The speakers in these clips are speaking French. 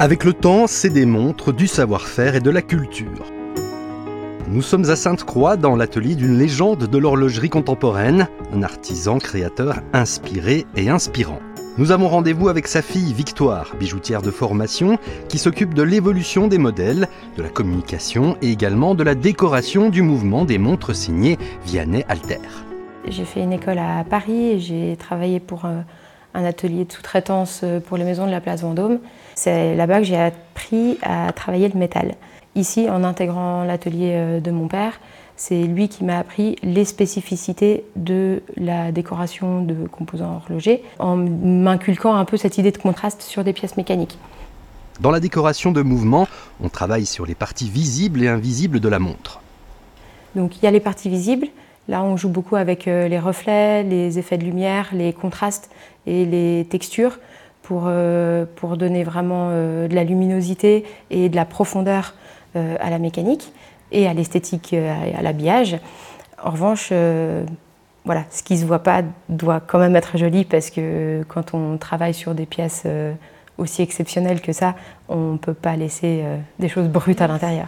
Avec le temps, c'est des montres, du savoir-faire et de la culture. Nous sommes à Sainte-Croix, dans l'atelier d'une légende de l'horlogerie contemporaine, un artisan créateur inspiré et inspirant. Nous avons rendez-vous avec sa fille Victoire, bijoutière de formation, qui s'occupe de l'évolution des modèles, de la communication et également de la décoration du mouvement des montres signées Vianney-Alter. J'ai fait une école à Paris et j'ai travaillé pour un atelier de sous-traitance pour les maisons de la place Vendôme. C'est là-bas que j'ai appris à travailler le métal. Ici, en intégrant l'atelier de mon père, c'est lui qui m'a appris les spécificités de la décoration de composants horlogers, en m'inculquant un peu cette idée de contraste sur des pièces mécaniques. Dans la décoration de mouvement, on travaille sur les parties visibles et invisibles de la montre. Donc il y a les parties visibles. Là, on joue beaucoup avec les reflets, les effets de lumière, les contrastes et les textures pour donner vraiment de la luminosité et de la profondeur à la mécanique et à l'esthétique, à l'habillage. En revanche, voilà, ce qui ne se voit pas doit quand même être joli parce que quand on travaille sur des pièces aussi exceptionnelles que ça, on ne peut pas laisser des choses brutes à l'intérieur.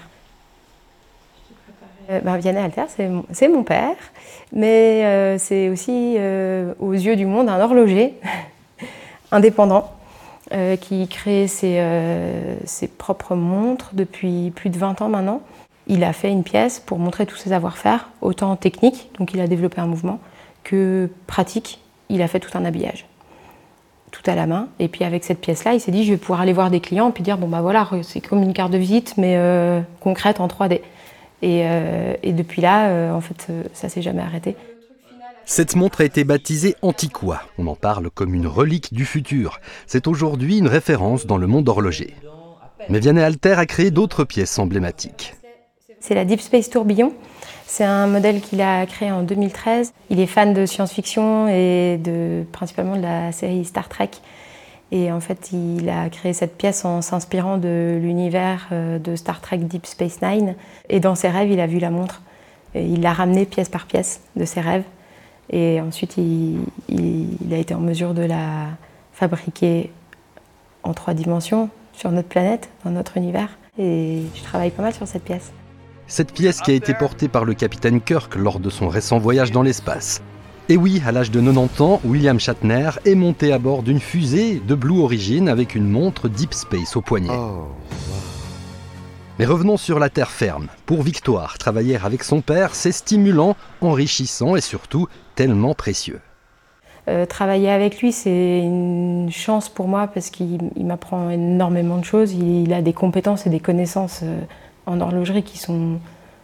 Vianney-Alter, c'est mon père, mais c'est aussi, aux yeux du monde, un horloger indépendant qui crée ses propres montres depuis plus de 20 ans maintenant. Il a fait une pièce pour montrer tous ses savoir-faire, autant technique, donc il a développé un mouvement, que pratique, il a fait tout un habillage, tout à la main. Et puis avec cette pièce-là, il s'est dit, je vais pouvoir aller voir des clients et puis dire, bon bah voilà, c'est comme une carte de visite, mais concrète en 3D. Et depuis là, en fait, ça s'est jamais arrêté. Cette montre a été baptisée Antiqua. On en parle comme une relique du futur. C'est aujourd'hui une référence dans le monde horloger. Mais Vianney-Alter a créé d'autres pièces emblématiques. C'est la Deep Space Tourbillon. C'est un modèle qu'il a créé en 2013. Il est fan de science-fiction et principalement de la série Star Trek. Et en fait, il a créé cette pièce en s'inspirant de l'univers de Star Trek Deep Space Nine. Et dans ses rêves, il a vu la montre. Et il l'a ramenée pièce par pièce de ses rêves. Et ensuite, il a été en mesure de la fabriquer en 3 dimensions sur notre planète, dans notre univers. Et je travaille pas mal sur cette pièce. Cette pièce qui a été portée par le capitaine Kirk lors de son récent voyage dans l'espace. Et oui, à l'âge de 90 ans, William Shatner est monté à bord d'une fusée de Blue Origin avec une montre Deep Space au poignet. Oh, wow. Mais revenons sur la terre ferme. Pour Victoire, travailler avec son père, c'est stimulant, enrichissant et surtout tellement précieux. Travailler avec lui, c'est une chance pour moi parce qu'il m'apprend énormément de choses. Il a des compétences et des connaissances en horlogerie qui sont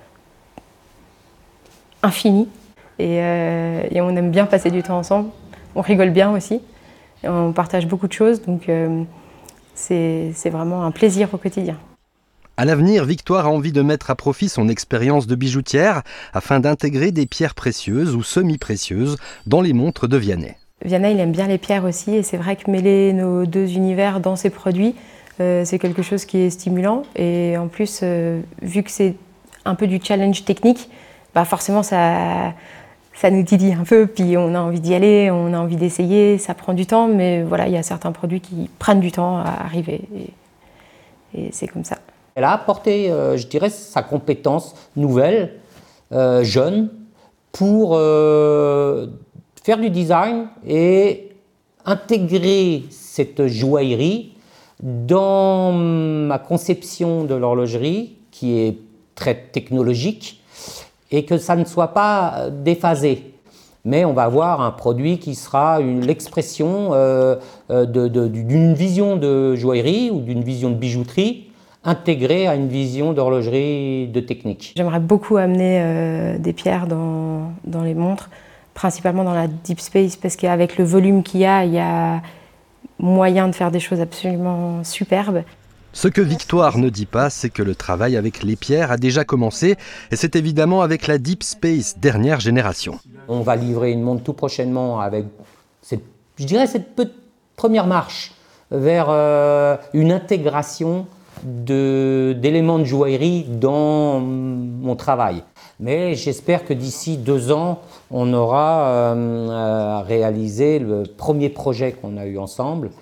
infinies. Et on aime bien passer du temps ensemble. On rigole bien aussi. Et on partage beaucoup de choses, donc c'est vraiment un plaisir au quotidien. À l'avenir, Victoire a envie de mettre à profit son expérience de bijoutière afin d'intégrer des pierres précieuses ou semi-précieuses dans les montres de Vianney. Vianney, il aime bien les pierres aussi et c'est vrai que mêler nos 2 univers dans ses produits, c'est quelque chose qui est stimulant. Et en plus, vu que c'est un peu du challenge technique, bah forcément ça nous titille un peu, puis on a envie d'y aller, on a envie d'essayer, ça prend du temps, mais voilà, il y a certains produits qui prennent du temps à arriver et c'est comme ça. Elle a apporté, je dirais, sa compétence nouvelle, jeune, pour faire du design et intégrer cette joaillerie dans ma conception de l'horlogerie, qui est très technologique, et que ça ne soit pas déphasé. Mais on va avoir un produit qui sera l'expression d'une vision de joaillerie ou d'une vision de bijouterie intégrée à une vision d'horlogerie de technique. J'aimerais beaucoup amener des pierres dans les montres, principalement dans la Deep Space, parce qu'avec le volume qu'il y a moyen de faire des choses absolument superbes. Ce que Victoire ne dit pas, c'est que le travail avec les pierres a déjà commencé, et c'est évidemment avec la Deep Space dernière génération. On va livrer une montre tout prochainement avec cette première marche vers une intégration d'éléments de joaillerie dans mon travail. Mais j'espère que d'ici 2 ans, on aura réalisé le premier projet qu'on a eu ensemble,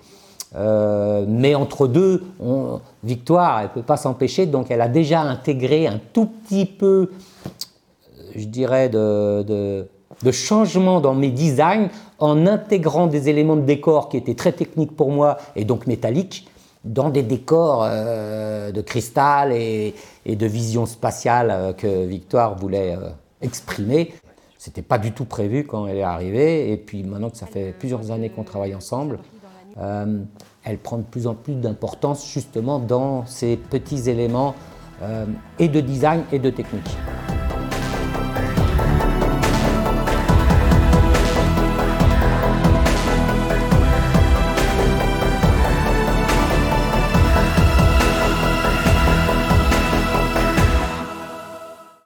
Mais entre deux, Victoire, elle ne peut pas s'empêcher, donc elle a déjà intégré un tout petit peu, je dirais, de changement dans mes designs en intégrant des éléments de décor qui étaient très techniques pour moi et donc métalliques dans des décors de cristal et de vision spatiale que Victoire voulait exprimer. C'était pas du tout prévu quand elle est arrivée, et puis maintenant que ça fait plusieurs années qu'on travaille ensemble, elle prend de plus en plus d'importance justement dans ces petits éléments et de design et de technique.